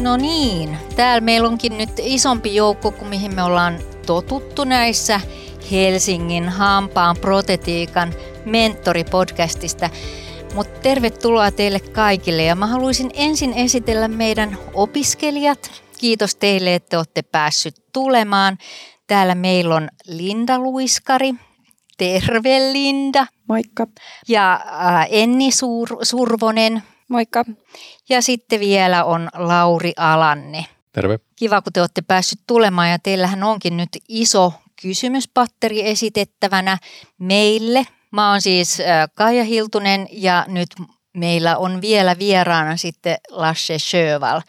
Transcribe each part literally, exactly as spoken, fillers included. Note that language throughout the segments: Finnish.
No niin, täällä meillä onkin nyt isompi joukko kuin mihin me ollaan totuttu näissä Helsingin hampaan protetiikan mentoripodcastista. Mutta tervetuloa teille kaikille ja mä haluaisin ensin esitellä meidän opiskelijat. Kiitos teille, että olette päässyt tulemaan. Täällä meillä on Linda Luiskari. Terve Linda. Moikka. Ja äh, Enni Sur- Survonen. Moikka. Ja sitten vielä on Lauri Alanne. Terve. Kiva, kun te olette päässyt tulemaan ja teillähän onkin nyt iso kysymyspatteri esitettävänä meille. Mä oon siis äh, Kaija Hiltunen ja nyt meillä on vielä vieraana sitten Lasse Sjöwall,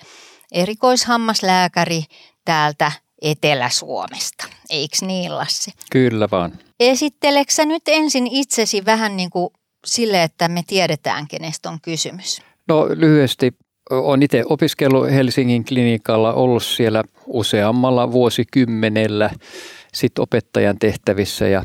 erikoishammaslääkäri täältä Etelä-Suomesta. Eiks niin, Lasse? Kyllä vaan. Esitteleksä sä nyt ensin itsesi vähän niin kuin sille, että me tiedetään, kenestä on kysymys? No lyhyesti, olen itse opiskellut Helsingin klinikalla, ollut siellä useammalla vuosikymmenellä, sitten opettajan tehtävissä ja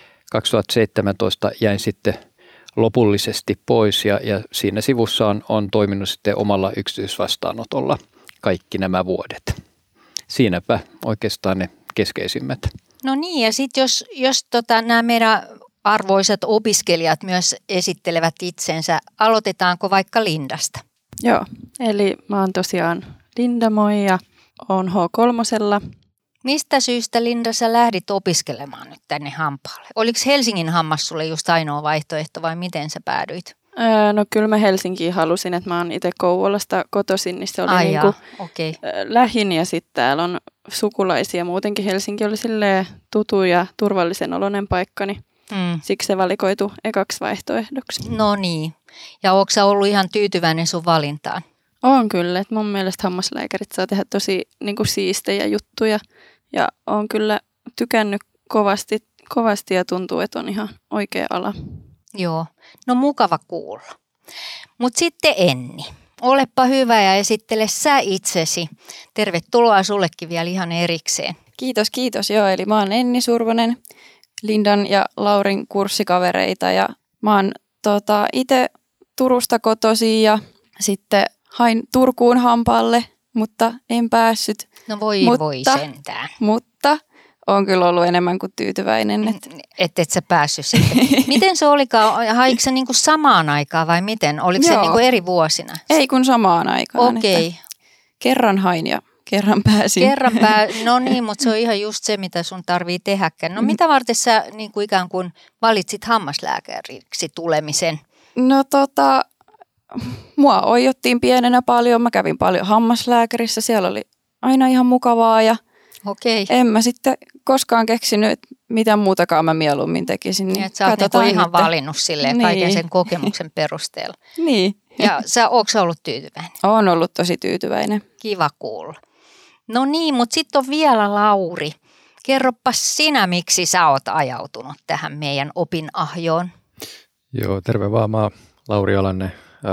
kaksituhattaseitsemäntoista jäin sitten lopullisesti pois ja, ja siinä sivussa on, on toiminut sitten omalla yksityisvastaanotolla kaikki nämä vuodet. Siinäpä oikeastaan ne keskeisimmät. No niin, ja sitten jos, jos tota, nämä meidän arvoisat opiskelijat myös esittelevät itsensä, aloitetaanko vaikka Lindasta? Joo, eli mä oon tosiaan Linda, moi, ja oon H kolmosella. Mistä syystä, Linda, sä lähdit opiskelemaan nyt tänne hampaalle? Oliko Helsingin hammas sulle just ainoa vaihtoehto vai miten sä päädyit? Öö, no kyllä mä Helsinkiin halusin, että mä oon itse Kouvolasta kotoisin, niin se oli Ai niinku jaa, okay. lähin ja sitten täällä on sukulaisia. Muutenkin Helsinki oli silleen tutu ja turvallisen oloinen paikka, niin hmm. siksi se valikoitu ekaksi vaihtoehdoksi. No niin, ja ootko sä ollut ihan tyytyväinen sun valintaan? On kyllä, että mun mielestä hammaslääkärit saa tehdä tosi niinku siistejä juttuja ja oon kyllä tykännyt kovasti, kovasti ja tuntuu, että on ihan oikea ala. Joo, no mukava kuulla. Mutta sitten Enni, olepa hyvä ja esittele sä itsesi. Tervetuloa sullekin vielä ihan erikseen. Kiitos, kiitos. Joo, eli mä oon Enni Survonen, Lindan ja Laurin kurssikavereita ja mä oon tota, itse Turusta kotoisin ja sitten hain Turkuun hampaalle, mutta en päässyt. No voi mutta, voi sentään. Mutta oon kyllä ollut enemmän kuin tyytyväinen. Että et, et sä päässyt sitten. Miten se olikaan? Haiko se niinku samaan aikaan vai miten? Oliko Joo. se niinku eri vuosina? Ei kun samaan aikaan. Okei. Okay. Kerran hain ja kerran pääsin. Kerran pää, no niin, mutta se on ihan just se, mitä sun tarvii tehdäkään. No mitä varten sä niin kuin ikään kuin valitsit hammaslääkäriksi tulemisen? No tota, mua oiottiin pienenä paljon. Mä kävin paljon hammaslääkärissä. Siellä oli aina ihan mukavaa ja Okei. en mä sitten koskaan keksinyt, että mitä muutakaan mä mieluummin tekisin. Niin ja sä oot niinku ihan valinnut silleen niin. Kaiken sen kokemuksen perusteella. Niin. Ja sä, ootko sä ollut tyytyväinen? Oon ollut tosi tyytyväinen. Kiva kuulla. No niin, mutta sitten on vielä Lauri. Kerropas sinä, miksi sä oot ajautunut tähän meidän opinahjoon. Joo, terve vaan, mä oon Lauri Alanne.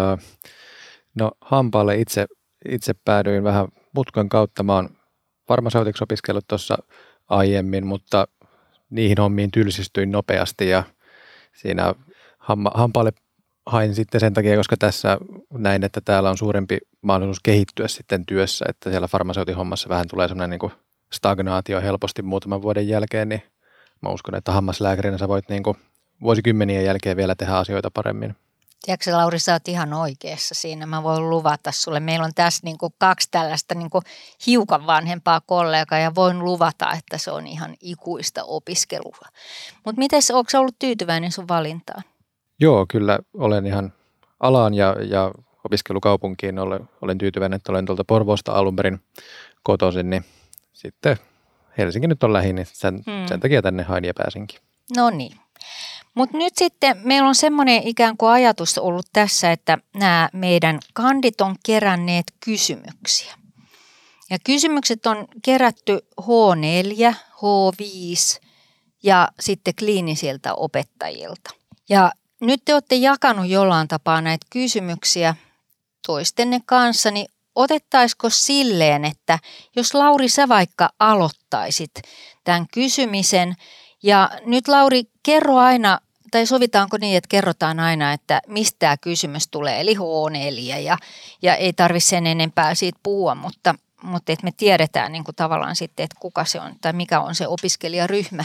No hampaalle itse, itse päädyin vähän mutkan kautta. Mä oon farmaseutiksi opiskellut tuossa aiemmin, mutta niihin hommiin tylsistyin nopeasti ja siinä hamma, hampaalle hain sitten sen takia, koska tässä näin, että täällä on suurempi mahdollisuus kehittyä sitten työssä, että siellä farmaseutin hommassa vähän tulee semmoinen niin kuin stagnaatio helposti muutaman vuoden jälkeen, niin mä uskon, että hammaslääkärinä sä voit niin kuin vuosikymmenien jälkeen vielä tehdä asioita paremmin. Tiedätkö Lauri, sä oot ihan oikeassa siinä. Mä voin luvata sulle. Meillä on tässä niin kuin kaksi tällaista niin kuin hiukan vanhempaa kollegaa ja voin luvata, että se on ihan ikuista opiskelua. Mutta mites, ootko sä ollut tyytyväinen sun valintaan? Joo, kyllä olen ihan alaan ja, ja opiskelukaupunkiin olen, olen tyytyväinen, että olen tuolta Porvoosta alun perin kotoisin, niin sitten Helsinki nyt on lähin, niin sen, hmm. sen takia tänne hain ja pääsinkin. No niin. Mutta nyt sitten meillä on semmoinen ikään kuin ajatus ollut tässä, että nämä meidän kandit on keränneet kysymyksiä. Ja kysymykset on kerätty H neljä, H viisi ja sitten kliinisiltä opettajilta. Ja nyt te olette jakanut jollain tapaa näitä kysymyksiä toistenne kanssa, niin otettaisiko silleen, että jos Lauri sä vaikka aloittaisit tämän kysymisen ja nyt Lauri kerro aina tai sovitaanko niin, että kerrotaan aina, että mistä tämä kysymys tulee, eli H neljä, ja, ja ei tarvitse sen enempää siitä puhua, mutta, mutta että me tiedetään niin kuin tavallaan sitten, että kuka se on tai mikä on se opiskelijaryhmä.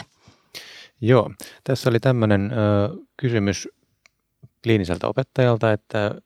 Joo, tässä oli tämmöinen ö, kysymys kliiniseltä opettajalta, että ö,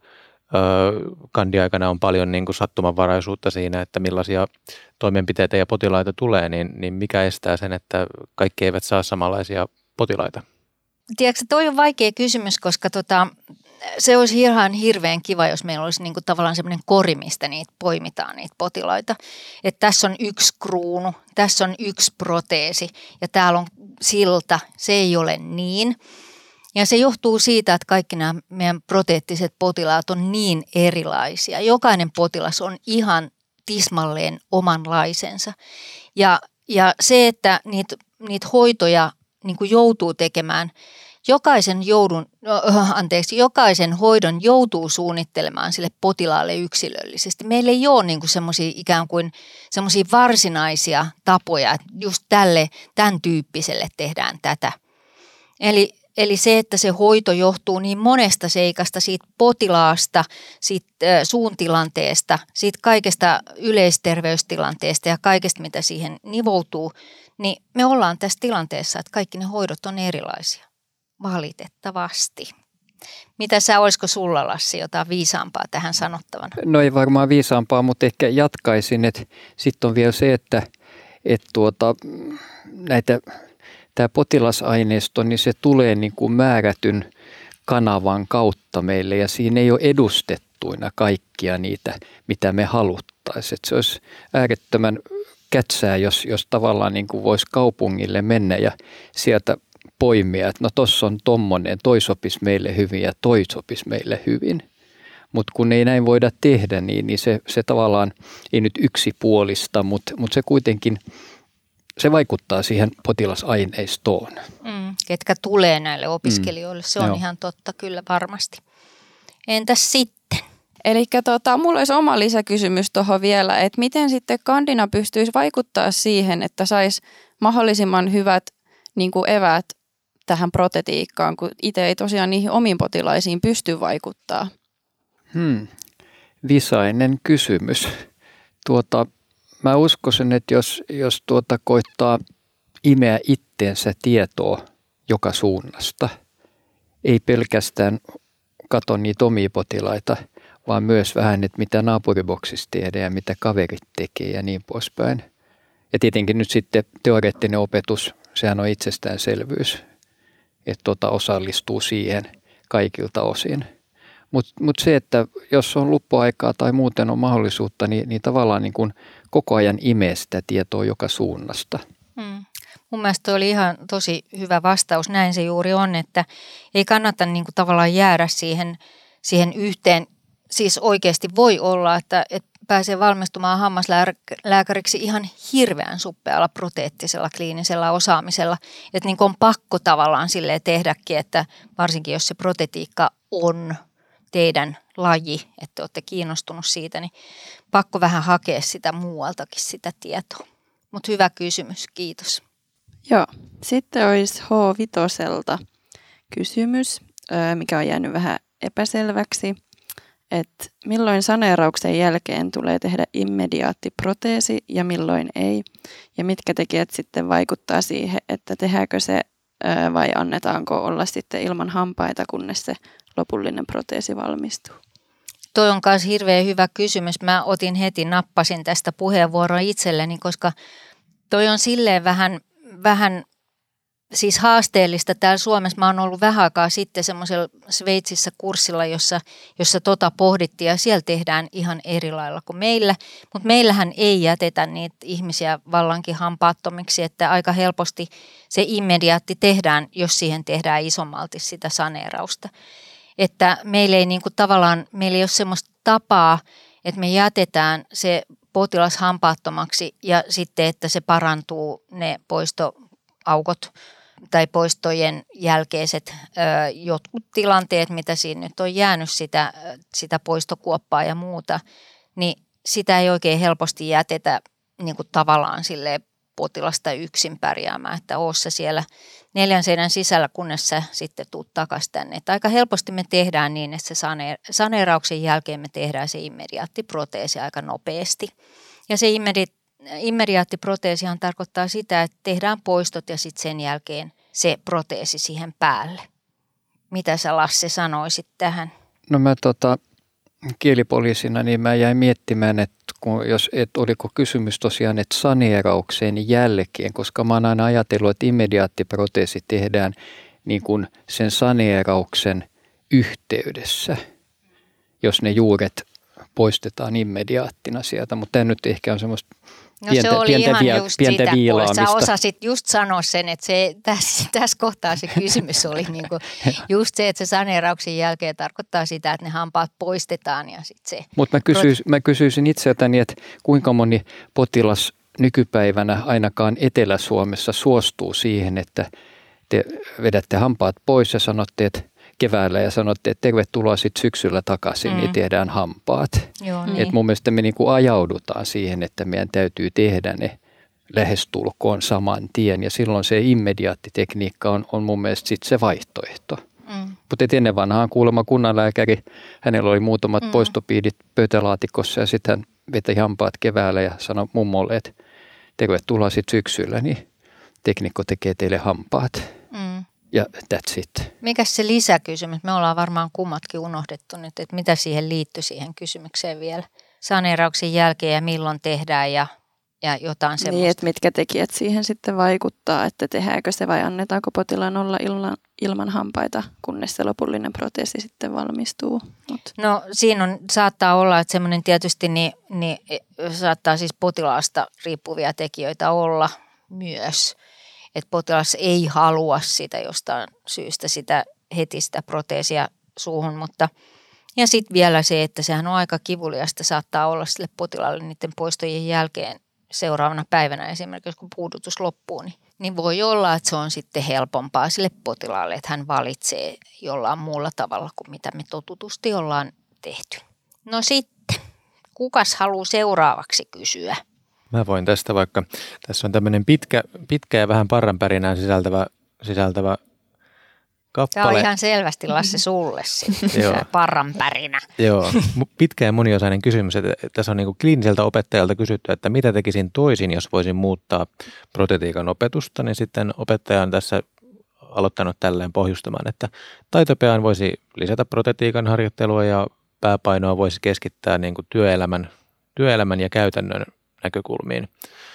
kandiaikana on paljon niin kuin sattumanvaraisuutta siinä, että millaisia toimenpiteitä ja potilaita tulee, niin, niin mikä estää sen, että kaikki eivät saa samanlaisia potilaita? Tiedätkö, toi on vaikea kysymys, koska tota, se olisi ihan hirveän kiva, jos meillä olisi niinku tavallaan semmoinen kori, mistä niitä poimitaan, niitä potilaita. Että tässä on yksi kruunu, tässä on yksi proteesi ja täällä on silta. Se ei ole niin. Ja se johtuu siitä, että kaikki nämä meidän proteettiset potilaat on niin erilaisia. Jokainen potilas on ihan tismalleen omanlaisensa. Ja, ja se, että niitä, niitä hoitoja niin kuin joutuu tekemään, jokaisen, joudun, anteeksi, jokaisen hoidon joutuu suunnittelemaan sille potilaalle yksilöllisesti. Meillä ei ole niin kuin semmoisia ikään kuin semmoisia varsinaisia tapoja, että just tälle, tämän tyyppiselle tehdään tätä. Eli Eli se, että se hoito johtuu niin monesta seikasta, siitä potilaasta, siitä suuntilanteesta, siitä kaikesta yleisterveystilanteesta ja kaikesta, mitä siihen nivoutuu, niin me ollaan tässä tilanteessa, että kaikki ne hoidot on erilaisia, valitettavasti. Mitä sä, olisiko sulla, Lassi, jotain viisaampaa tähän sanottavana? No ei varmaan viisaampaa, mutta ehkä jatkaisin, että sitten on vielä se, että, että tuota, näitä... Tämä potilasaineisto, niin se tulee niin kuin määrätyn kanavan kautta meille ja siinä ei ole edustettuina kaikkia niitä, mitä me haluttaisiin. Se olisi äärettömän kätsää, jos, jos tavallaan niin kuin voisi kaupungille mennä ja sieltä poimia, että no tossa on tommonen, toi sopisi meille hyvin ja toi sopisi meille hyvin. Mutta kun ei näin voida tehdä, niin, niin se, se tavallaan ei nyt yksipuolista, mutta, mutta se kuitenkin... Se vaikuttaa siihen potilasaineistoon. Mm, ketkä tulee näille opiskelijoille, se on Joo. ihan totta kyllä varmasti. Entäs sitten? Eli tota, mulla olisi oma lisäkysymys tuohon vielä, että miten sitten kandina pystyisi vaikuttaa siihen, että saisi mahdollisimman hyvät niin kuin eväät tähän protetiikkaan, kun itse ei tosiaan niihin omiin potilaisiin pysty vaikuttaa. Hmm. Visainen kysymys. Tuota... Mä uskoisin, että jos, jos tuota koittaa imeä itteensä tietoa joka suunnasta, ei pelkästään katso niitä omia potilaita, vaan myös vähän, että mitä naapuriboksissa tehdään ja mitä kaverit tekee ja niin poispäin. Ja tietenkin nyt sitten teoreettinen opetus, sehän on itsestäänselvyys, että tuota osallistuu siihen kaikilta osin. Mutta mut se, että jos on luppuaikaa tai muuten on mahdollisuutta, niin, niin tavallaan niin kuin koko ajan imee sitä tietoa joka suunnasta. Hmm. Mun mielestä toi oli ihan tosi hyvä vastaus. Näin se juuri on, että ei kannata niin kuin tavallaan jäädä siihen, siihen yhteen. Siis oikeasti voi olla, että, että pääsee valmistumaan hammaslääkäriksi ihan hirveän suppealla proteettisella kliinisellä osaamisella. Että niin kuin on pakko tavallaan silleen tehdäkin, että varsinkin jos se protetiikka on teidän laji, että olette kiinnostunut siitä, niin pakko vähän hakea sitä muualtakin sitä tietoa. Mutta hyvä kysymys, kiitos. Joo, sitten olisi H viisi kysymys, mikä on jäänyt vähän epäselväksi, että milloin saneerauksen jälkeen tulee tehdä immediaatti proteesi ja milloin ei, ja mitkä tekijät sitten vaikuttaa siihen, että tehdäänkö se vai annetaanko olla sitten ilman hampaita, kunnes se lopullinen proteesi valmistuu. Toi on myös hirveän hyvä kysymys. Mä otin heti, nappasin tästä puheenvuoroa itselleni, koska toi on silleen vähän, vähän siis haasteellista täällä Suomessa. Mä oon ollut vähän aikaa sitten semmoisella Sveitsissä kurssilla, jossa, jossa tota pohdittiin ja siellä tehdään ihan eri lailla kuin meillä. Mutta meillähän ei jätetä niitä ihmisiä vallankin hampaattomiksi, että aika helposti se immediaatti tehdään, jos siihen tehdään isommalti sitä saneerausta. Että meillä ei niinku tavallaan, meillä ei ole semmoista tapaa, että me jätetään se potilas hampaattomaksi ja sitten, että se parantuu ne poistoaukot tai poistojen jälkeiset ö, jotkut tilanteet, mitä siinä nyt on jäänyt sitä, sitä poistokuoppaa ja muuta, niin sitä ei oikein helposti jätetä niin kuin tavallaan silleen potilasta yksin pärjäämään, että oo sä siellä neljän seinän sisällä, kunnes sä sitten tuut takaisin tänne. Että aika helposti me tehdään niin, että se sane, saneerauksen jälkeen me tehdään se immediaattiproteesi aika nopeasti. Ja se immedi, immediaattiproteesihan tarkoittaa sitä, että tehdään poistot ja sitten sen jälkeen se proteesi siihen päälle. Mitä sä, Lasse, sanoisit tähän? No mä tota, kielipoliisina niin mä jäin miettimään, että kun, jos, et oliko kysymys tosiaan, että saneerauksen jälkeen, koska mä oon aina ajatellut, että immediaattiproteesi tehdään niin kuin sen saneerauksen yhteydessä, jos ne juuret poistetaan immediaattina sieltä, mutta tämä nyt ehkä on semmoista No pientä, se oli pientä, ihan vie, just pientä sitä, viilaamista. sä osasit just sanoa sen, että se, tässä, tässä kohtaa se kysymys oli niinku just se, että se saneerauksen jälkeen tarkoittaa sitä, että ne hampaat poistetaan ja sitten se. Mutta mä, kysyis, mä kysyisin itseltäni, että kuinka moni potilas nykypäivänä ainakaan Etelä-Suomessa suostuu siihen, että te vedätte hampaat pois ja sanotte, että keväällä ja sanotte, että tervetuloa sitten syksyllä takaisin, mm. niin tehdään hampaat. Joo, niin. Et mun mielestä me niinku ajaudutaan siihen, että meidän täytyy tehdä ne lähestulkoon saman tien ja silloin se immediaattitekniikka on, on mun mielestä sit se vaihtoehto. Mm. Mutta ennen vanhaan kuulemma kunnanlääkäri, hänellä oli muutamat mm. poistopiidit pöytälaatikossa ja sitten hän veti hampaat keväällä ja sanoi mummolle, että tervetuloa sitten syksyllä, niin teknikko tekee teille hampaat. Mm. Ja that's it. Mikäs se lisäkysymys? Me ollaan varmaan kummatkin unohdettu nyt, että mitä siihen liittyy siihen kysymykseen vielä. Saneerauksen jälkeen ja milloin tehdään ja, ja jotain semmoista. Niin, että mitkä tekijät siihen sitten vaikuttaa, että tehdäänkö se vai annetaanko potilaan olla ilman, ilman hampaita, kunnes se lopullinen proteesi sitten valmistuu. Mut. No siinä on, saattaa olla, että semmoinen tietysti niin, niin saattaa siis potilaasta riippuvia tekijöitä olla myös. Että potilas ei halua sitä jostain syystä sitä heti sitä proteesia suuhun, mutta ja sitten vielä se, että sehän on aika kivuliasta, saattaa olla sille potilaalle niiden poistojen jälkeen seuraavana päivänä esimerkiksi kun puudutus loppuu, niin, niin voi olla, että se on sitten helpompaa sille potilaalle, että hän valitsee jollain muulla tavalla kuin mitä me totutusti ollaan tehty. No sitten, kukas haluaa seuraavaksi kysyä? Mä voin tästä vaikka, tässä on tämmöinen pitkä, pitkä ja vähän parranpärinää sisältävä, sisältävä kappale. Tämä on ihan selvästi, Lasse, sulle sitten, parranpärinä. Joo, pitkä ja moniosainen kysymys. Että tässä on niin kuin kliiniseltä opettajalta kysytty, että mitä tekisin toisin, jos voisin muuttaa protetiikan opetusta, niin sitten opettaja on tässä aloittanut tälleen pohjustamaan, että taitopään voisi lisätä protetiikan harjoittelua ja pääpainoa voisi keskittää niin kuin työelämän, työelämän ja käytännön näkökulmiin.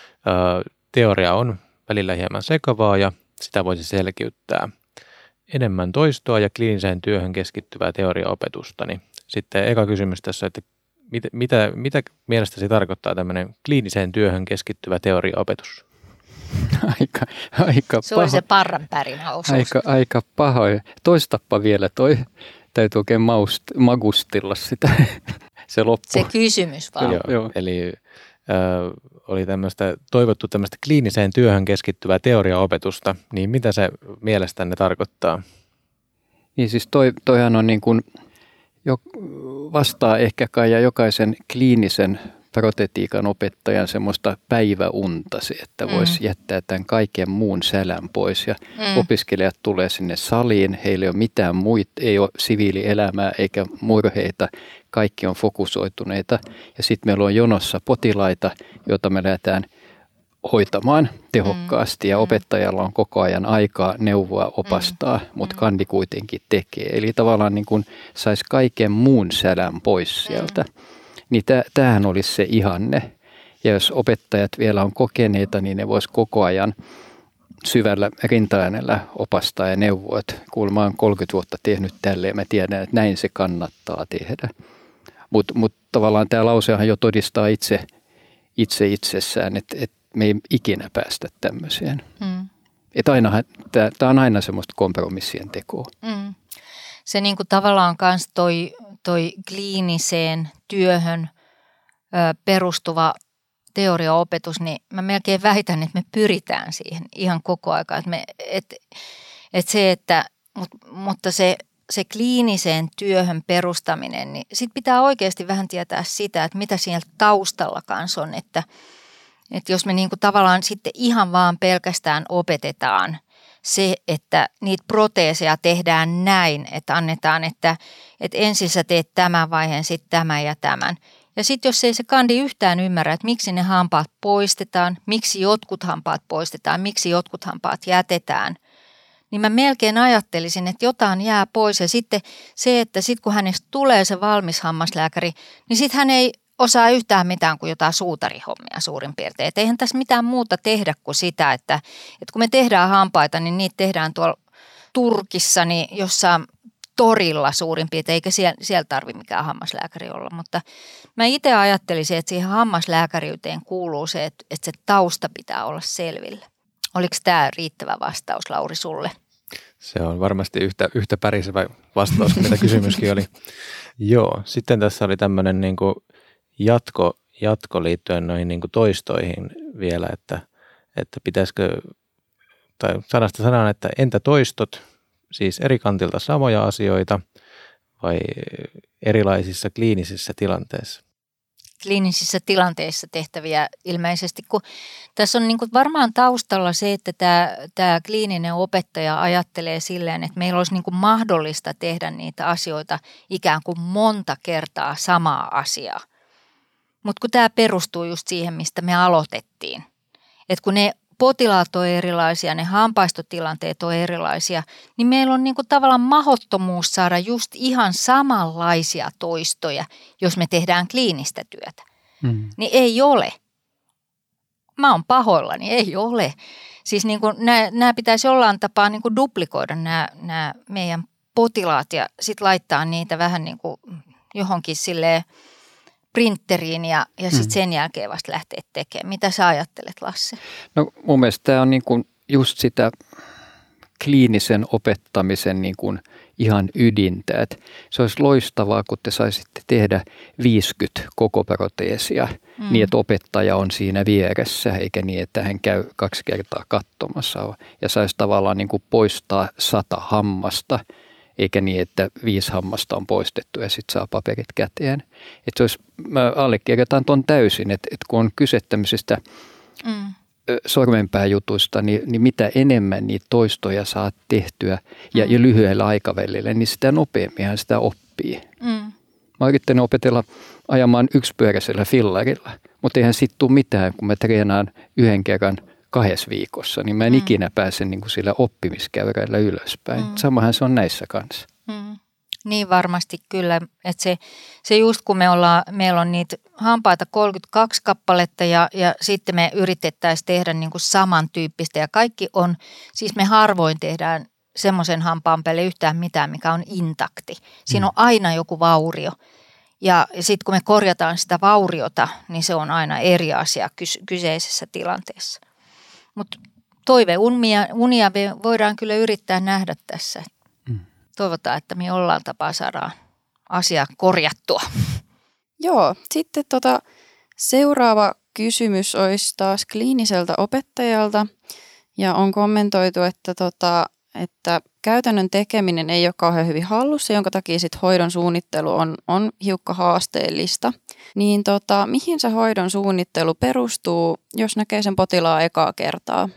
Teoria on välillä hieman sekavaa ja sitä voisi selkiyttää. Enemmän toistoa ja kliiniseen työhön keskittyvää teoriaopetusta. Niin sitten eka kysymys tässä, että mit, mitä, mitä mielestäsi tarkoittaa tämmöinen kliiniseen työhön keskittyvä teoriaopetus? Aika, aika se oli se parranpärinä osuus. Aika, aika paha. Toistappa vielä toi. Täytyy oikein maust, magustilla sitä. Se loppu. Se kysymys vaan. Joo, joo. Eli Ö, oli tämmöistä, toivottu tämmöistä kliiniseen työhön keskittyvää teoriaopetusta, niin mitä se mielestänne tarkoittaa? Niin siis toi, toihan on niin kuin, jo, vastaa ehkä kai ja jokaisen kliinisen protetiikan opettajan semmoista päiväunta se, että mm. voisi jättää tämän kaiken muun sälän pois ja mm. opiskelijat tulee sinne saliin, heillä ei ole mitään muita, ei ole siviilielämää eikä murheita, kaikki on fokusoituneita ja sitten meillä on jonossa potilaita, joita me lähdetään hoitamaan tehokkaasti ja opettajalla on koko ajan aikaa neuvoa, opastaa, mm. mutta kandi kuitenkin tekee. Eli tavallaan niin kuin saisi kaiken muun sälän pois sieltä. Mm. Niin tämähän olisi se ihanne. Ja jos opettajat vielä on kokeneita, niin ne vois koko ajan syvällä rintaäänellä opastaa ja neuvoa, että kuulemma olen kolmekymmentä vuotta tehnyt tälleen, mä tiedän, että näin se kannattaa tehdä. Mutta mut tavallaan tämä lausehan jo todistaa itse, itse itsessään, että, että me ei ikinä päästä tämmöiseen. Mm. Että aina, tämä on aina semmoista kompromissien tekoa. Mm. Se niinku tavallaan myös toi, toi kliiniseen työhön ö, perustuva teoriaopetus, niin mä melkein väitän, että me pyritään siihen ihan koko aika. Että me, et, et se, että, mut, mutta se, se kliiniseen työhön perustaminen, niin sit pitää oikeasti vähän tietää sitä, että mitä siellä taustalla kanssa on, että Että jos me niinku tavallaan sitten ihan vaan pelkästään opetetaan se, että niitä proteeseja tehdään näin, että annetaan, että, että ensin sä teet tämän vaiheen, sitten tämän ja tämän. Ja sitten jos ei se kandi yhtään ymmärrä, että miksi ne hampaat poistetaan, miksi jotkut hampaat poistetaan, miksi jotkut hampaat jätetään, niin mä melkein ajattelisin, että jotain jää pois. Ja sitten se, että sitten kun hänestä tulee se valmis hammaslääkäri, niin sitten hän ei osaa yhtään mitään kuin jotain suutarihommia suurin piirtein. Et eihän tässä mitään muuta tehdä kuin sitä, että, että kun me tehdään hampaita, niin niitä tehdään tuolla Turkissa, niin jossain torilla suurin piirtein, eikä siellä, siellä tarvitse mikään hammaslääkäri olla. Mutta mä itse ajattelisin, että siihen hammaslääkäriyteen kuuluu se, että, että se tausta pitää olla selvillä. Oliko tämä riittävä vastaus, Lauri, sulle? Se on varmasti yhtä, yhtä pärisevä vastaus kuin mitä kysymyskin oli. Joo, sitten tässä oli tämmöinen niin kuin jatko, jatko liittyen noihin niin kuin toistoihin vielä, että, että pitäisikö, tai sanasta sanaan, että entä toistot, siis eri kantilta samoja asioita vai erilaisissa kliinisissä tilanteissa? Kliinisissä tilanteissa tehtäviä ilmeisesti, kun tässä on niin kuin varmaan taustalla se, että tämä, tämä kliininen opettaja ajattelee silleen, että meillä olisi niin kuin mahdollista tehdä niitä asioita ikään kuin monta kertaa samaa asiaa. Mutta kun tämä perustuu just siihen, mistä me aloitettiin, että kun ne potilaat on erilaisia, ne hampaistotilanteet on erilaisia, niin meillä on niinku tavallaan mahdottomuus saada just ihan samanlaisia toistoja, jos me tehdään kliinistä työtä. Mm. Niin ei ole. Mä oon pahoillani, ei ole. Siis niinku nämä pitäisi jollain tapaa niinku duplikoida nämä meidän potilaat ja sitten laittaa niitä vähän niinku johonkin silleen printeriin ja, ja sitten sen jälkeen vasta lähteä tekemään. Mitä sä ajattelet, Lasse? No mun mielestä tämä on niin kuin just sitä kliinisen opettamisen niin kuin ihan ydintä. Et se olisi loistavaa, kun te saisitte tehdä viisikymmentä koko proteesia mm. niin, että opettaja on siinä vieressä, eikä niin, että hän käy kaksi kertaa katsomassa ja saisi tavallaan niin kuin poistaa sata hammasta, eikä niin, että viisi hammasta on poistettu ja sitten saa paperit käteen. Että se olisi, mä allekirjoitan ton täysin, että, että kun on kyse tämmöisestä mm. sormenpääjutuista, niin, niin mitä enemmän niitä toistoja saat tehtyä ja, mm. ja lyhyellä aikavälillä, niin sitä nopeammin sitä oppii. Mm. Mä oon yrittänyt opetella ajamaan yksipyöräisellä fillarilla, mutta eihän sit tule mitään, kun mä treenaan yhden kerran kahdessa viikossa, niin mä en mm. ikinä pääse niin kuin sillä oppimiskäyrällä ylöspäin. Mm. Samahan se on näissä kanssa. Mm. Niin varmasti kyllä, että se, se just kun me ollaan, meillä on niitä hampaita kolmekymmentäkaksi kappaletta ja, ja sitten me yritettäisiin tehdä niin kuin samantyyppistä ja kaikki on, siis me harvoin tehdään semmoisen hampaan päälle yhtään mitään, mikä on intakti. Siinä mm. on aina joku vaurio. Ja sitten kun me korjataan sitä vauriota, niin se on aina eri asia kyseisessä tilanteessa. Mutta toiveunia unia me voidaan kyllä yrittää nähdä tässä. Mm. Toivotaan, että me jollain tapaa saadaan asia korjattua. Joo, sitten tota, seuraava kysymys olisi taas kliiniseltä opettajalta. Ja on kommentoitu, että, tota, että käytännön tekeminen ei ole kauhean hyvin hallussa, jonka takia sit hoidon suunnittelu on, on hiukka haasteellista. Niin tota, mihin se hoidon suunnittelu perustuu, jos näkee sen potilaan ekaa kertaa?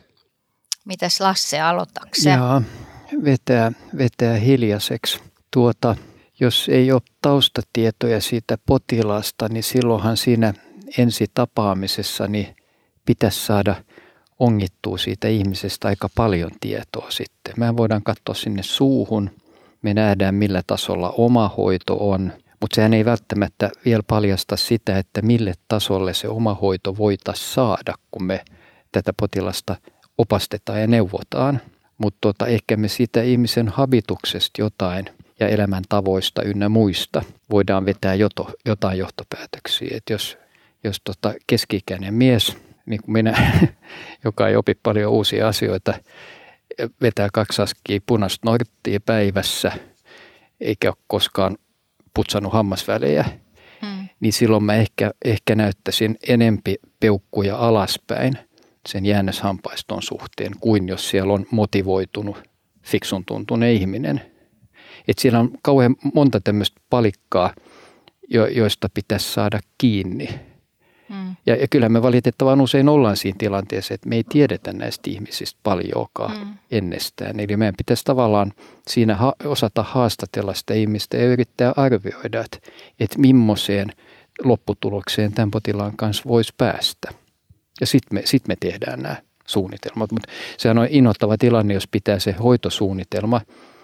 Mitäs Lasse, aloitatko sä? Jaa, vetää, vetää hiljaiseksi. Tuota, jos ei ole taustatietoja siitä potilaasta, niin silloinhan siinä ensitapaamisessa niin pitäisi saada ongittua siitä ihmisestä aika paljon tietoa sitten. Me voidaan katsoa sinne suuhun, me nähdään millä tasolla oma hoito on, mutta sehän ei välttämättä vielä paljasta sitä, että mille tasolle se oma hoito voitaisiin saada, kun me tätä potilasta opastetaan ja neuvotaan. Mutta tota, ehkä me siitä ihmisen habituksesta jotain ja elämäntavoista ynnä muista voidaan vetää joto, jotain johtopäätöksiä. Et jos jos tota keski-ikäinen mies, niin kuin minä, joka ei opi paljon uusia asioita, vetää kaksi askia punaista norttia päivässä, eikä ole koskaan putsannut hammasvälejä, hmm. niin silloin mä ehkä, ehkä näyttäisin enempi peukkuja alaspäin sen jäännöshampaiston suhteen, kuin jos siellä on motivoitunut, fiksun tuntunen ihminen. Et siellä on kauhean monta tämmöistä palikkaa, jo, joista pitäisi saada kiinni. Mm. Ja, ja kyllähän me valitettavan usein ollaan siinä tilanteessa, että me ei tiedetä näistä ihmisistä paljoakaan mm. ennestään. Eli meidän pitäisi tavallaan siinä ha- osata haastatella sitä ihmistä ja yrittää arvioida, että, että millaiseen lopputulokseen tämän potilaan kanssa voisi päästä. Ja sitten me, sit me tehdään nämä suunnitelmat. Mutta sehän on innoittava tilanne, jos pitää se hoitosuunnitelma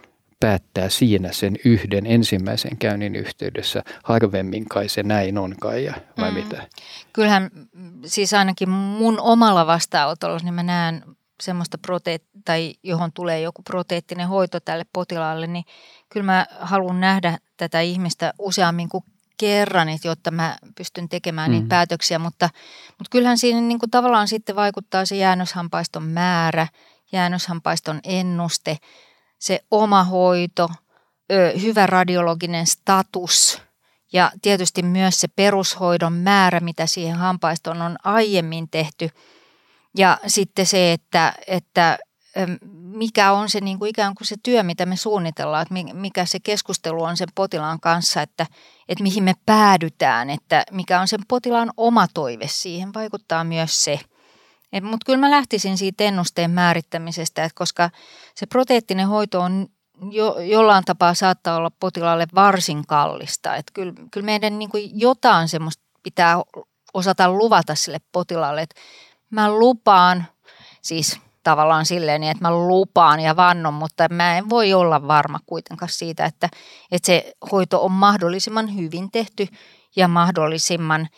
päättää siinä sen yhden ensimmäisen käynnin yhteydessä. Harvemmin kai se näin on kai ja vai mm. mitä? Kyllähän siis ainakin mun omalla vastaanotolla niin mä näen semmoista proteet- tai johon tulee joku proteettinen hoito tälle potilaalle, niin kyllä mä haluan nähdä tätä ihmistä useammin kuin kerran, jotta mä pystyn tekemään mm. niitä päätöksiä, mutta, mutta kyllähän siinä niin kuin tavallaan sitten vaikuttaa se jäännöshampaiston määrä, jäännöshampaiston ennuste, se oma hoito, hyvä radiologinen status ja tietysti myös se perushoidon määrä, mitä siihen hampaistoon on aiemmin tehty. Ja sitten se, että, että mikä on se niin kuin ikään kuin se työ, mitä me suunnitellaan, että mikä se keskustelu on sen potilaan kanssa, että, että mihin me päädytään, että mikä on sen potilaan oma toive, siihen vaikuttaa myös se. Mutta kyllä mä lähtisin siitä ennusteen määrittämisestä, että koska se proteettinen hoito on jo, jollain tapaa saattaa olla potilaalle varsin kallista. Että kyllä, kyllä meidän niin kuin jotain semmoista pitää osata luvata sille potilaalle, että mä lupaan, siis tavallaan silleen, että mä lupaan ja vannon, mutta mä en voi olla varma kuitenkaan siitä, että, että se hoito on mahdollisimman hyvin tehty ja mahdollisimman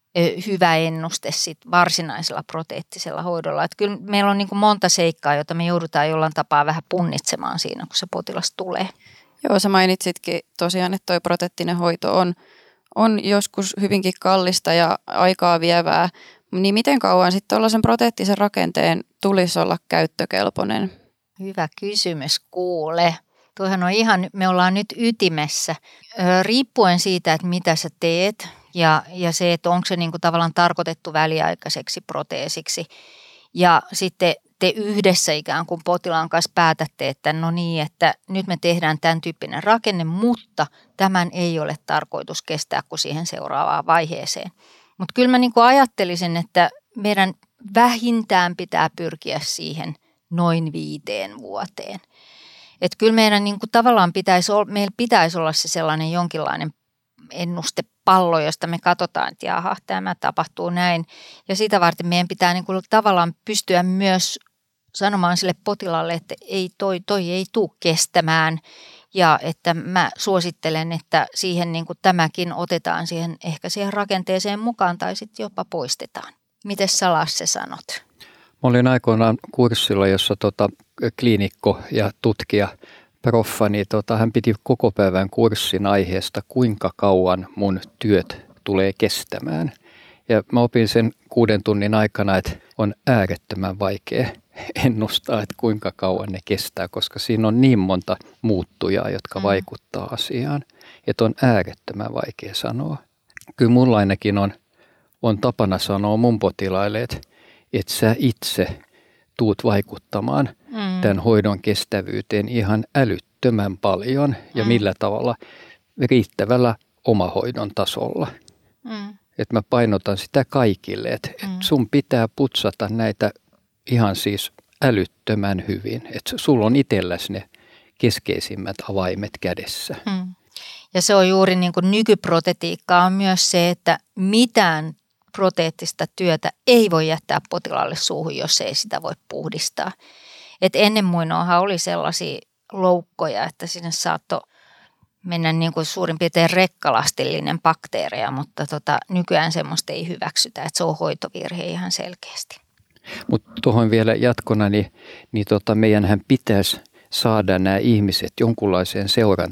hyvä ennuste sit varsinaisella proteettisella hoidolla. Että kyllä meillä on niin kuin monta seikkaa, jota me joudutaan jollain tapaa vähän punnitsemaan siinä, kun se potilas tulee. Joo, sä mainitsitkin tosiaan, että toi proteettinen hoito on, on joskus hyvinkin kallista ja aikaa vievää. Niin miten kauan sitten tuollaisen proteettisen rakenteen tulisi olla käyttökelpoinen? Hyvä kysymys, kuule. Tuohan on ihan, me ollaan nyt ytimessä. Riippuen siitä, että mitä sä teet ja, ja se, että onko se niinku tavallaan tarkoitettu väliaikaiseksi proteesiksi. Ja sitten te yhdessä ikään kuin potilaan kanssa päätätte, että no niin, että nyt me tehdään tämän tyyppinen rakenne, mutta tämän ei ole tarkoitus kestää kuin siihen seuraavaan vaiheeseen. Mutta kyllä mä niinku ajattelisin, että meidän vähintään pitää pyrkiä siihen noin viiteen vuoteen. Että kyllä meidän niinku tavallaan pitäisi olla, meillä pitäisi olla se sellainen jonkinlainen ennustepallo, josta me katsotaan, että jaha, tämä tapahtuu näin. Ja sitä varten meidän pitää niinku tavallaan pystyä myös sanomaan sille potilaalle, että ei toi, toi ei tule kestämään. Ja että mä suosittelen, että siihen niin kuin tämäkin otetaan siihen, ehkä siihen rakenteeseen mukaan tai sitten jopa poistetaan. Miten sä Lasse sanot? Mä olin aikoinaan kurssilla, jossa tota, kliinikko ja tutkija proffa, niin tota, hän piti koko päivän kurssin aiheesta, kuinka kauan mun työt tulee kestämään. Ja mä opin sen kuuden tunnin aikana, että on äärettömän vaikea ennustaa, että kuinka kauan ne kestää, koska siinä on niin monta muuttujaa, jotka mm. vaikuttaa asiaan, että on äärettömän vaikea sanoa. Kyllä mulla ainakin on, on tapana sanoa mun potilaille, että, että sä itse tuut vaikuttamaan mm. tämän hoidon kestävyyteen ihan älyttömän paljon ja mm. millä tavalla riittävällä omahoidon tasolla. Mm. Että mä painotan sitä kaikille, että mm. et sun pitää putsata näitä ihan siis älyttömän hyvin. Että sulla on itselläsi ne keskeisimmät avaimet kädessä. Mm. Ja se on juuri niin kuin nykyprotetiikka on myös se, että mitään proteettista työtä ei voi jättää potilaalle suuhun, jos ei sitä voi puhdistaa. Et ennen muinoahan oli sellaisia loukkoja, että sinne saattoi mennä niin kuin suurin piirtein rekkalastillinen bakteereja, mutta tota, nykyään semmoista ei hyväksytä, että se on hoitovirhe ihan selkeästi. Mutta tuohon vielä jatkona, niin, niin tota, meidänhän pitäisi saada nämä ihmiset jonkunlaiseen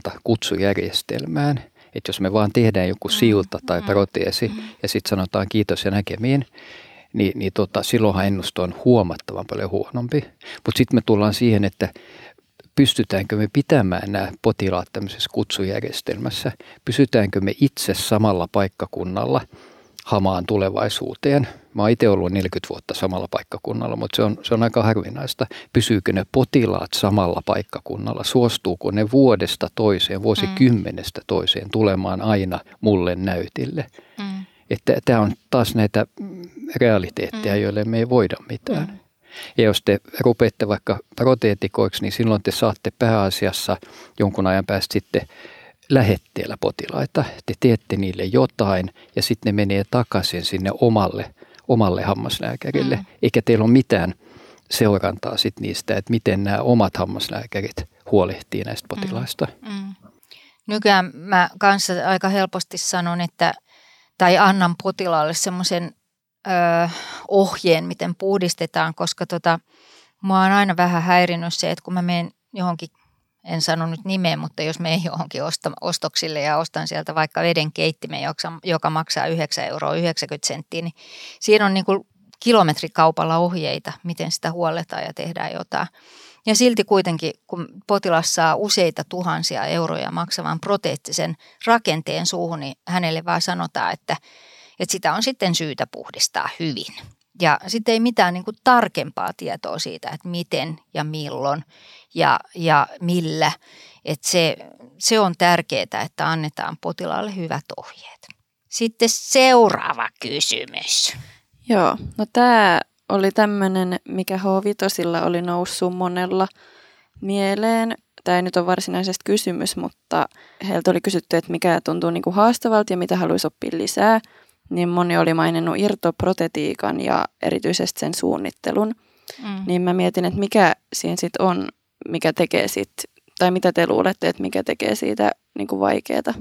seurantakutsujärjestelmään. Että jos me vaan tehdään joku silta tai proteesi ja sitten sanotaan kiitos ja näkemiin, niin, niin tota, silloinhan ennuste on huomattavan paljon huonompi. Mutta sitten me tullaan siihen, että pystytäänkö me pitämään nämä potilaat tämmöisessä kutsujärjestelmässä? Pysytäänkö me itse samalla paikkakunnalla hamaan tulevaisuuteen? Mä oon itse ollut neljäkymmentä vuotta samalla paikkakunnalla, mutta se on, se on aika harvinaista. Pysyykö ne potilaat samalla paikkakunnalla? Suostuuko ne vuodesta toiseen, vuosikymmenestä toiseen tulemaan aina mulle näytille? Mm. Että tämä on taas näitä realiteetteja, joille me ei voida mitään. Mm. Ja jos te rupeatte vaikka proteetikoiksi, niin silloin te saatte pääasiassa jonkun ajan päästä sitten lähetteellä potilaita. Te teette niille jotain ja sitten ne menee takaisin sinne omalle, omalle hammaslääkärille. Mm. Eikä teillä ole mitään seurantaa sit niistä, että miten nämä omat hammaslääkärit huolehtii näistä potilaista. Mm. Mm. Nykyään mä kanssa aika helposti sanon, että, tai annan potilaalle semmoisen ö, ohjeen, miten puhdistetaan, koska tota, mua on aina vähän häirinyt se, että kun mä menen johonkin, en sano nyt nimeä, mutta jos menen johonkin osta, ostoksille ja ostan sieltä vaikka veden keittimen, joka, joka maksaa yhdeksän euroa yhdeksänkymmentä senttiä, niin siinä on niin kuin kilometrikaupalla ohjeita, miten sitä huolletaan ja tehdään jotain. Ja silti kuitenkin, kun potilas saa useita tuhansia euroja maksavan proteettisen rakenteen suuhun, niin hänelle vaan sanotaan, että, että sitä on sitten syytä puhdistaa hyvin. Ja sitten ei mitään niin kuin tarkempaa tietoa siitä, että miten ja milloin ja, ja millä. Että se, se on tärkeää, että annetaan potilaalle hyvät ohjeet. Sitten seuraava kysymys. Joo, no tämä oli tämmöinen, mikä H viisi oli noussut monella mieleen. Tämä ei nyt ole varsinaisesti kysymys, mutta heiltä oli kysytty, että mikä tuntuu niin kuin haastavalta ja mitä haluaisi oppia lisää. Niin moni oli maininnut irtoprotetiikan ja erityisesti sen suunnittelun. Mm. Niin mä mietin, että mikä siinä sitten on, mikä tekee siitä, tai mitä te luulette, että mikä tekee siitä niin kuin vaikeaa?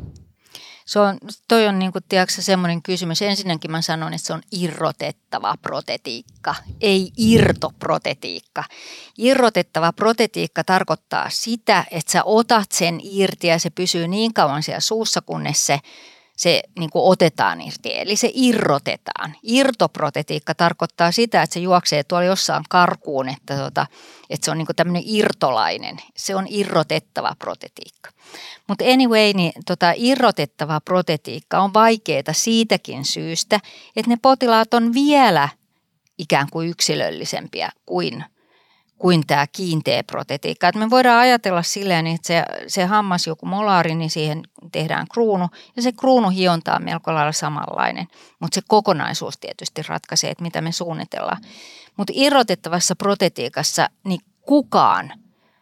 Se on, toi on niin kuin, tiedätkö, semmoinen kysymys. Ensinnäkin mä sanon, että se on irrotettava protetiikka, ei irtoprotetiikka. Irrotettava protetiikka tarkoittaa sitä, että sä otat sen irti ja se pysyy niin kauan siellä suussa, kunnes se, se niin kuin otetaan irti. Eli se irrotetaan. Irtoprotetiikka tarkoittaa sitä, että se juoksee tuolla jossain karkuun, että, tota, että se on niin kuin tämmöinen irtolainen. Se on irrotettava protetiikka. Mutta anyway, niin tota irrotettava protetiikka on vaikeaa siitäkin syystä, että ne potilaat on vielä ikään kuin yksilöllisempiä kuin, kuin tämä kiinteä protetiikka. Et me voidaan ajatella silleen, että se, se hammas joku molaari, niin siihen tehdään kruunu ja se kruunuhionta on melko lailla samanlainen, mutta se kokonaisuus tietysti ratkaisee, että mitä me suunnitellaan. Mutta irrotettavassa protetiikassa niin kukaan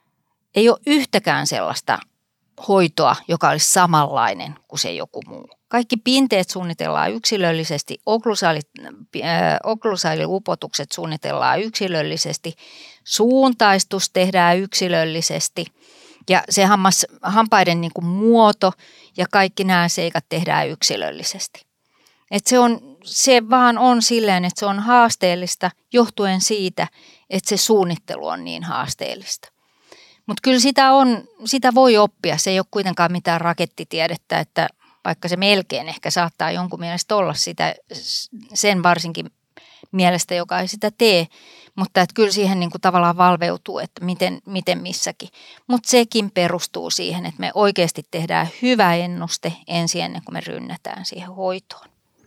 ei ole yhtäkään sellaista hoitoa, joka olisi samanlainen kuin se joku muu. Kaikki pinteet suunnitellaan yksilöllisesti, okklusaaliupotukset suunnitellaan yksilöllisesti, suuntaistus tehdään yksilöllisesti ja se hammas, hampaiden niin kuin muoto ja kaikki nämä seikat tehdään yksilöllisesti. Et se, on, se vaan on silleen, että se on haasteellista johtuen siitä, että se suunnittelu on niin haasteellista. Mutta kyllä sitä, on, sitä voi oppia. Se ei ole kuitenkaan mitään rakettitiedettä, että vaikka se melkein ehkä saattaa jonkun mielestä olla sitä, sen varsinkin mielestä, joka ei sitä tee. Mutta että kyllä siihen niin kuin tavallaan valveutuu, että miten, miten missäkin. Mutta sekin perustuu siihen, että me oikeasti tehdään hyvä ennuste ensin ennen kuin me rynnätään siihen hoitoon.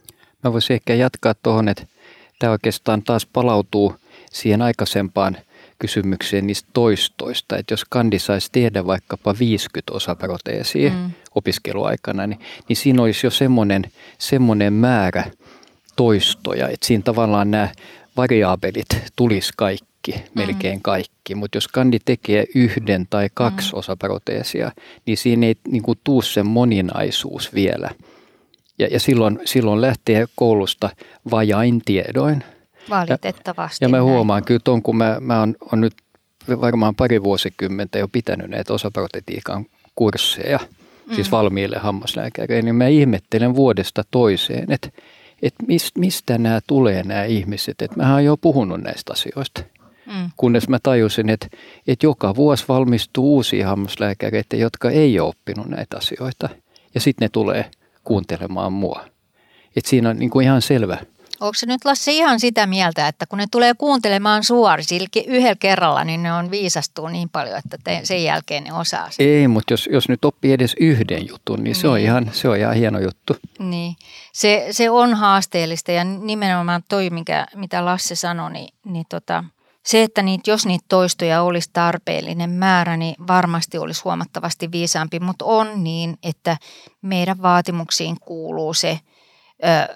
Mä voisin ehkä jatkaa tuohon, että tämä oikeastaan taas palautuu siihen aikaisempaan kysymykseen niistä toistoista, että jos kandi saisi tehdä vaikkapa viisikymmentä osaproteesia mm. opiskeluaikana, niin, niin siinä olisi jo semmoinen, semmoinen määrä toistoja, että siinä tavallaan nämä variaabelit tulisi kaikki, mm. melkein kaikki, mutta jos kandi tekee yhden tai kaksi mm. osaproteesia, niin siinä ei niin kuin tuu sen moninaisuus vielä. Ja, ja silloin, silloin lähtee koulusta vajain tiedoin. Valitettavasti. Ja, ja mä huomaan näin. Kyllä ton, kun mä, mä oon, on nyt varmaan pari vuosikymmentä jo pitänyt näitä osaprotetiikan kursseja, mm. siis valmiille hammaslääkäreille, niin mä ihmettelen vuodesta toiseen, että, että mistä nämä tulee nämä ihmiset. Että mähän oon jo puhunut näistä asioista, mm. kunnes mä tajusin, että, että joka vuosi valmistuu uusia hammaslääkäreitä, jotka ei ole oppinut näitä asioita. Ja sitten ne tulee kuuntelemaan mua. Että siinä on niin kuin ihan selvä. Onko se nyt Lassi ihan sitä mieltä, että kun ne tulee kuuntelemaan sua yhdellä kerralla, niin ne on viisastuu niin paljon, että te, sen jälkeen ne osaa sen? Ei, mutta jos, jos nyt oppii edes yhden jutun, niin se, niin. On, ihan, se on ihan hieno juttu. Niin, se, se on haasteellista ja nimenomaan toi, mikä, mitä Lasse sanoi, niin, niin tota, se, että niitä, jos niitä toistoja olisi tarpeellinen määrä, niin varmasti olisi huomattavasti viisaampi, mutta on niin, että meidän vaatimuksiin kuuluu se ö,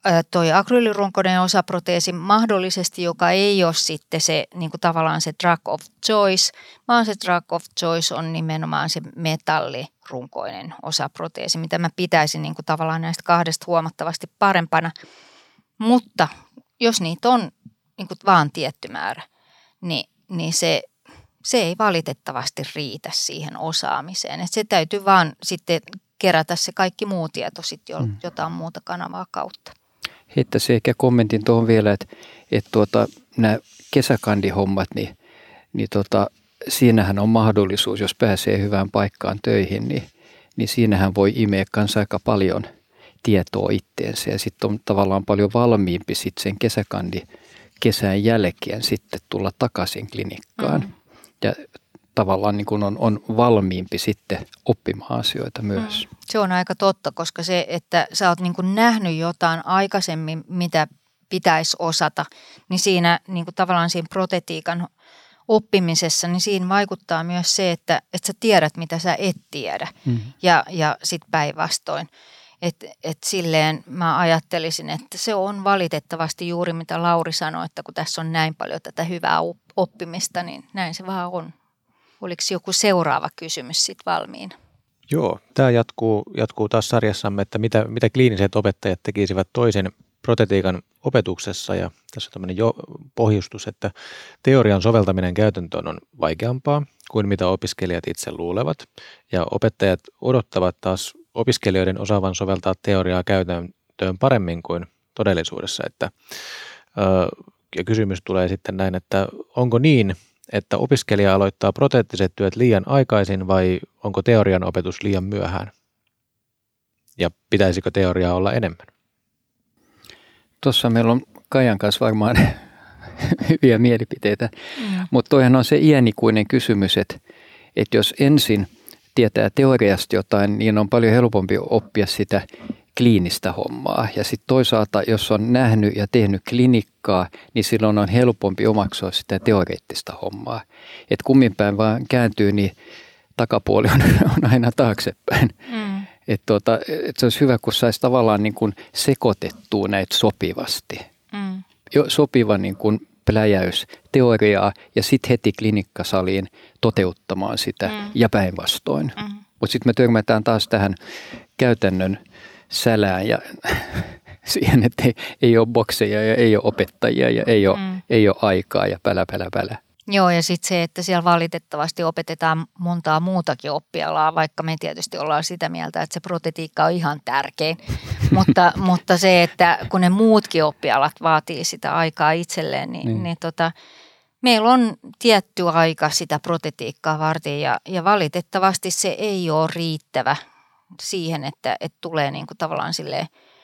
toi akryylirunkoinen osaproteesi mahdollisesti, joka ei ole sitten se niin kuin tavallaan se drug of choice, vaan se drug of choice on nimenomaan se metallirunkoinen osaproteesi, mitä mä pitäisin niin kuin tavallaan näistä kahdesta huomattavasti parempana. Mutta jos niitä on niin kuin vaan tietty määrä, niin, niin se, se ei valitettavasti riitä siihen osaamiseen. Et se täytyy vaan sitten kerätä se kaikki muu tieto sitten jo, mm. jotain muuta kanavaa kautta. Heittäisin ehkä kommentin tuohon vielä, että, että tuota, nämä kesäkandihommat, niin, niin tota, siinähän on mahdollisuus, jos pääsee hyvään paikkaan töihin, niin, niin siinähän voi imeä kanssa aika paljon tietoa itteensä. Ja sitten on tavallaan paljon valmiimpi sitten sen kesäkandi kesän jälkeen sitten tulla takaisin klinikkaan. Mm. Ja tavallaan niin kuin on, on valmiimpi sitten oppimaan asioita myös. Mm. Se on aika totta, koska se, että sä oot niin kuin nähnyt jotain aikaisemmin, mitä pitäisi osata, niin siinä niin kuin tavallaan siinä protetiikan oppimisessa, niin siinä vaikuttaa myös se, että, että sä tiedät, mitä sä et tiedä. Mm. Ja, ja sitten päinvastoin. Että et silleen mä ajattelisin, että se on valitettavasti juuri mitä Lauri sanoi, että kun tässä on näin paljon tätä hyvää oppimista, niin näin se vaan on. Oliko joku seuraava kysymys sitten valmiina? Joo, tämä jatkuu, jatkuu taas sarjassamme, että mitä, mitä kliiniset opettajat tekisivät toisen protetiikan opetuksessa. Ja tässä on tämmöinen jo pohjustus, että teorian soveltaminen käytäntöön on vaikeampaa kuin mitä opiskelijat itse luulevat. Ja opettajat odottavat taas opiskelijoiden osaavan soveltaa teoriaa käytäntöön paremmin kuin todellisuudessa. Että, ja kysymys tulee sitten näin, että onko niin, että opiskelija aloittaa proteettiset työt liian aikaisin vai onko teorian opetus liian myöhään? Ja pitäisikö teoriaa olla enemmän? Tuossa meillä on Kaijan kanssa varmaan hyviä mielipiteitä, mm. mutta toihan on se iänikuinen kysymys, että, että jos ensin tietää teoriasta jotain, niin on paljon helpompi oppia sitä kliinistä hommaa. Ja sitten toisaalta, jos on nähnyt ja tehnyt klinikkaa, niin silloin on helpompi omaksua sitä teoreettista hommaa. Että kumminpäin vaan kääntyy, niin takapuoli on, on aina taaksepäin. Mm. Että tuota, et se olisi hyvä, kun saisi tavallaan niin kuin sekoitettua näitä sopivasti. Mm. Jo sopiva niin kuin pläjäys teoriaa ja sitten heti klinikkasaliin toteuttamaan sitä mm. ja päinvastoin. Mm. Mutta sitten me törmätään taas tähän käytännön sälään ja siihen, että ei, ei ole bokseja ja ei ole opettajia ja ei ole, mm. ei ole aikaa ja pälä, pälä, pälä. Joo, ja sitten se, että siellä valitettavasti opetetaan montaa muutakin oppialaa, vaikka me tietysti ollaan sitä mieltä, että se protetiikka on ihan tärkein. mutta, mutta se, että kun ne muutkin oppialat vaatii sitä aikaa itselleen, niin, niin. niin tota, meillä on tietty aika sitä protetiikkaa varten ja, ja valitettavasti se ei ole riittävä siihen, että, että tulee niin kuin tavallaan silleen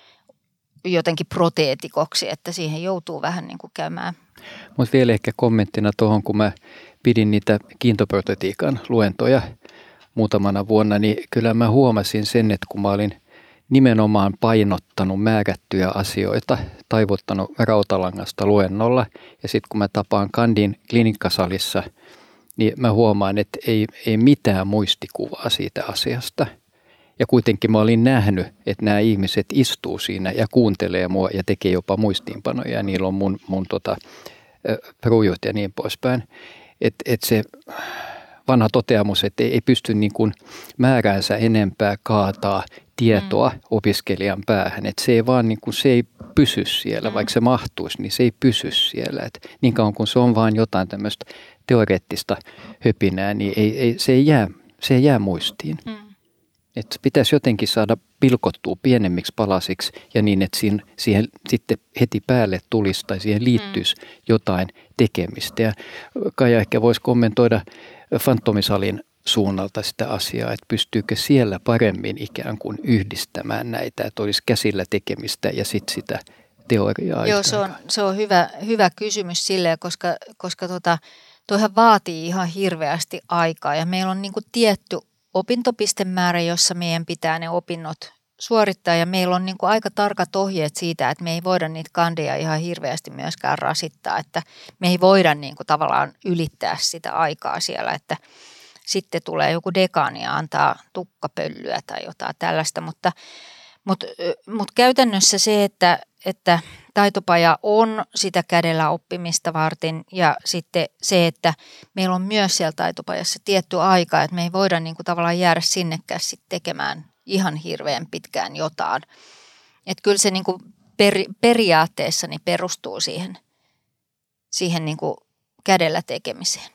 jotenkin proteetikoksi, että siihen joutuu vähän niin kuin käymään. Mutta vielä ehkä kommenttina tuohon, kun mä pidin niitä kiintoprotetiikan luentoja muutamana vuonna, niin kyllä mä huomasin sen, että kun mä olin nimenomaan painottanut määrättyjä asioita, taivuttanut rautalangasta luennolla ja sitten kun mä tapaan kandin klinikkasalissa, niin mä huomaan, että ei, ei mitään muistikuvaa siitä asiasta. Ja kuitenkin mä olin nähnyt, että nämä ihmiset istuu siinä ja kuuntelee mua ja tekee jopa muistiinpanoja ja niillä on mun, mun tota, prujut ja niin poispäin. Että et se vanha toteamus, että ei, ei pysty niin kuin määräänsä enempää kaataa tietoa mm. opiskelijan päähän. Että se ei vaan niin kuin, se ei pysy siellä, mm. vaikka se mahtuisi, niin se ei pysy siellä. Et niin kauan kun se on vaan jotain tämmöistä teoreettista höpinää, niin ei, ei, se, ei jää, se ei jää muistiin. Mm. Että pitäisi jotenkin saada pilkottua pienemmiksi palasiksi ja niin, että siihen, siihen sitten heti päälle tulisi tai siihen liittyisi mm. jotain tekemistä. Ja Kaija ehkä voisi kommentoida Fantomisalin suunnalta sitä asiaa, että pystyykö siellä paremmin ikään kuin yhdistämään näitä, että olisi käsillä tekemistä ja sitten sitä teoriaa. Joo, se on, se on hyvä, hyvä kysymys silleen, koska, koska tota, toihan vaatii ihan hirveästi aikaa ja meillä on niin kuin tietty opintopistemäärä, jossa meidän pitää ne opinnot suorittaa ja meillä on niin kuin aika tarkat ohjeet siitä, että me ei voida niitä kandeja ihan hirveästi myöskään rasittaa, että me ei voida niin kuin tavallaan ylittää sitä aikaa siellä, että sitten tulee joku dekaani ja antaa tukkapöllyä tai jotain tällaista, mutta, mutta, mutta käytännössä se, että, että taitopaja on sitä kädellä oppimista varten ja sitten se, että meillä on myös siellä taitopajassa tietty aika, että me ei voida niin kuin tavallaan jäädä sinnekään sit tekemään ihan hirveän pitkään jotain. Että kyllä se niin kuin per, periaatteessa niin perustuu siihen, siihen niin kuin kädellä tekemiseen.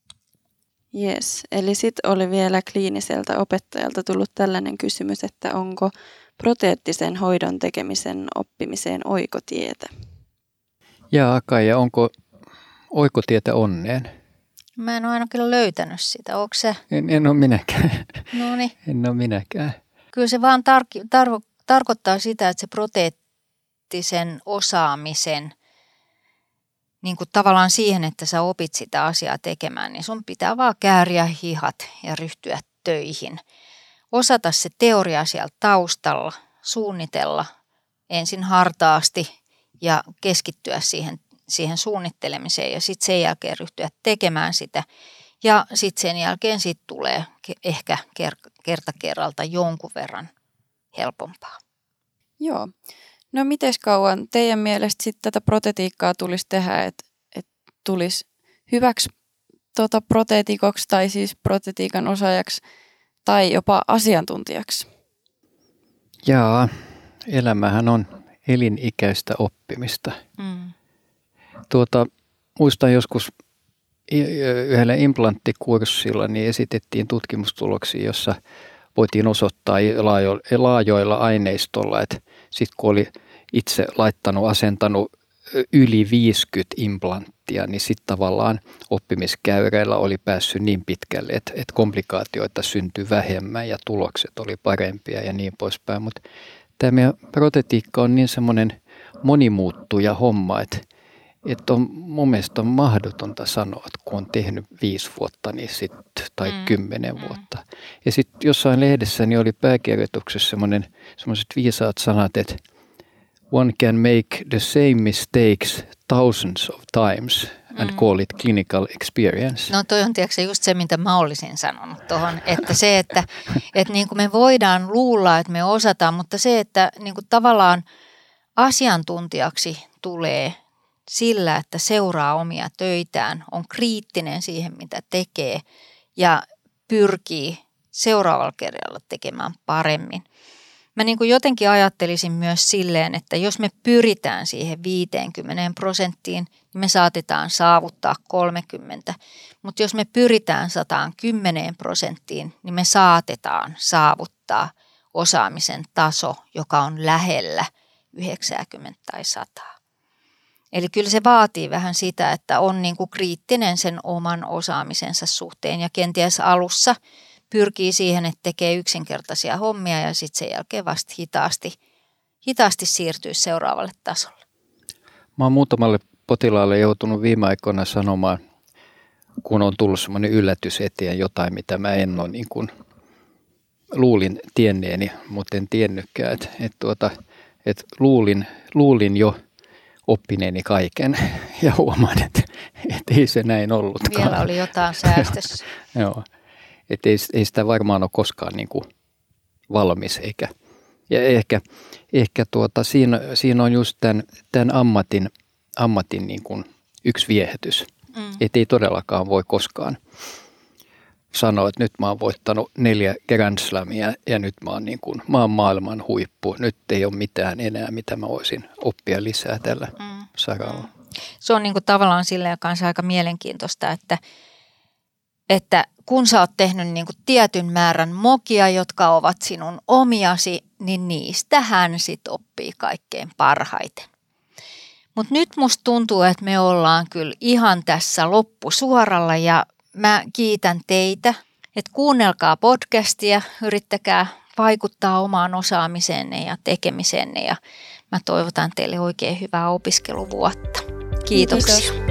Yes, eli sitten oli vielä kliiniseltä opettajalta tullut tällainen kysymys, että onko proteettisen hoidon tekemisen oppimiseen oikotietä? Jaa, Kaija, onko oikotietä onneen? Mä en ole aina kyllä löytänyt sitä. Onko se? En, en ole minäkään. Noniin. En ole minäkään. Kyllä se vaan tar- tar- tarkoittaa sitä, että se proteettisen osaamisen niin kuin tavallaan siihen, että sä opit sitä asiaa tekemään, niin sun pitää vaan kääriä hihat ja ryhtyä töihin. Osata se teoria siellä taustalla, suunnitella ensin hartaasti ja keskittyä siihen, siihen suunnittelemiseen ja sitten sen jälkeen ryhtyä tekemään sitä. Ja sitten sen jälkeen sit tulee ehkä kerta kerralta jonkun verran helpompaa. Joo. No mites kauan teidän mielestä sitten tätä protetiikkaa tulisi tehdä, että et tulisi hyväksi tota, proteetikoksi tai siis protetiikan osaajaksi tai jopa asiantuntijaksi? Jaa, elämähän on elinikäistä oppimista. Mm. Tuota, muistan joskus yhdellä implanttikurssilla niin esitettiin tutkimustuloksia, jossa voitiin osoittaa laajoilla aineistolla, että sitten kun oli itse laittanut, asentanut yli viisikymmentä implanttia, niin sitten tavallaan oppimiskäyreillä oli päässyt niin pitkälle, että, että komplikaatioita syntyi vähemmän ja tulokset oli parempia ja niin poispäin. Mutta tämä meidän protetiikka on niin semmoinen monimuuttuja homma, että, että on, mun mielestä on mahdotonta sanoa, että kun on tehnyt viisi vuotta niin sit, tai mm. kymmenen vuotta. Ja sitten jossain lehdessä niin oli pääkirjoituksessa semmoinen, semmoiset viisaat sanat, että one can make the same mistakes thousands of times and mm. call it clinical experience. No toi on tiedätkö just se, mitä mä olisin sanonut tuohon, että se, että, että niin kuin me voidaan luulla, että me osataan, mutta se, että niin kuin tavallaan asiantuntijaksi tulee sillä, että seuraa omia töitään, on kriittinen siihen, mitä tekee ja pyrkii seuraavalla kerralla tekemään paremmin. Mä niin kuin jotenkin ajattelisin myös silleen, että jos me pyritään siihen viisikymmentä prosenttiin, niin me saatetaan saavuttaa kolmekymmentä. Mutta jos me pyritään sata kymmenen prosenttiin, niin me saatetaan saavuttaa osaamisen taso, joka on lähellä yhdeksänkymmentä tai sata. Eli kyllä se vaatii vähän sitä, että on niin kuin kriittinen sen oman osaamisensa suhteen ja kenties alussa pyrkii siihen, että tekee yksinkertaisia hommia ja sitten sen jälkeen vasta hitaasti, hitaasti siirtyy seuraavalle tasolle. Mä oon muutamalle potilaalle joutunut viime aikoina sanomaan, kun on tullut semmoinen yllätys eteen jotain, mitä mä en ole niin kuin luulin tienneeni, mutta en tiennytkään. Että et tuota, et luulin, luulin jo oppineeni kaiken ja huomaan, että et ei se näin ollutkaan. Vielä oli jotain säästössä. Joo. Että ei, ei sitä varmaan ole koskaan niin kuin valmis. Eikä. Ja ehkä, ehkä tuota, siinä, siinä on just tämän, tämän ammatin, ammatin niin kuin yksi viehätys. Mm. Että ei todellakaan voi koskaan sanoa, että nyt mä oon voittanut neljä Grand Slamia ja nyt mä oon, niin kuin, mä oon maailman huippu. Nyt ei ole mitään enää, mitä mä voisin oppia lisää tällä mm. saralla. Mm. Se on niin kuin tavallaan silleen kanssa aika mielenkiintoista, että, että kun sä oot tehnyt niin kuin tietyn määrän mokia, jotka ovat sinun omiasi, niin niistähän sit oppii kaikkein parhaiten. Mutta nyt musta tuntuu, että me ollaan kyllä ihan tässä loppusuoralla ja mä kiitän teitä, että kuunnelkaa podcastia, yrittäkää vaikuttaa omaan osaamiseenne ja tekemiseenne ja mä toivotan teille oikein hyvää opiskeluvuotta. Kiitoksia. Kiitos.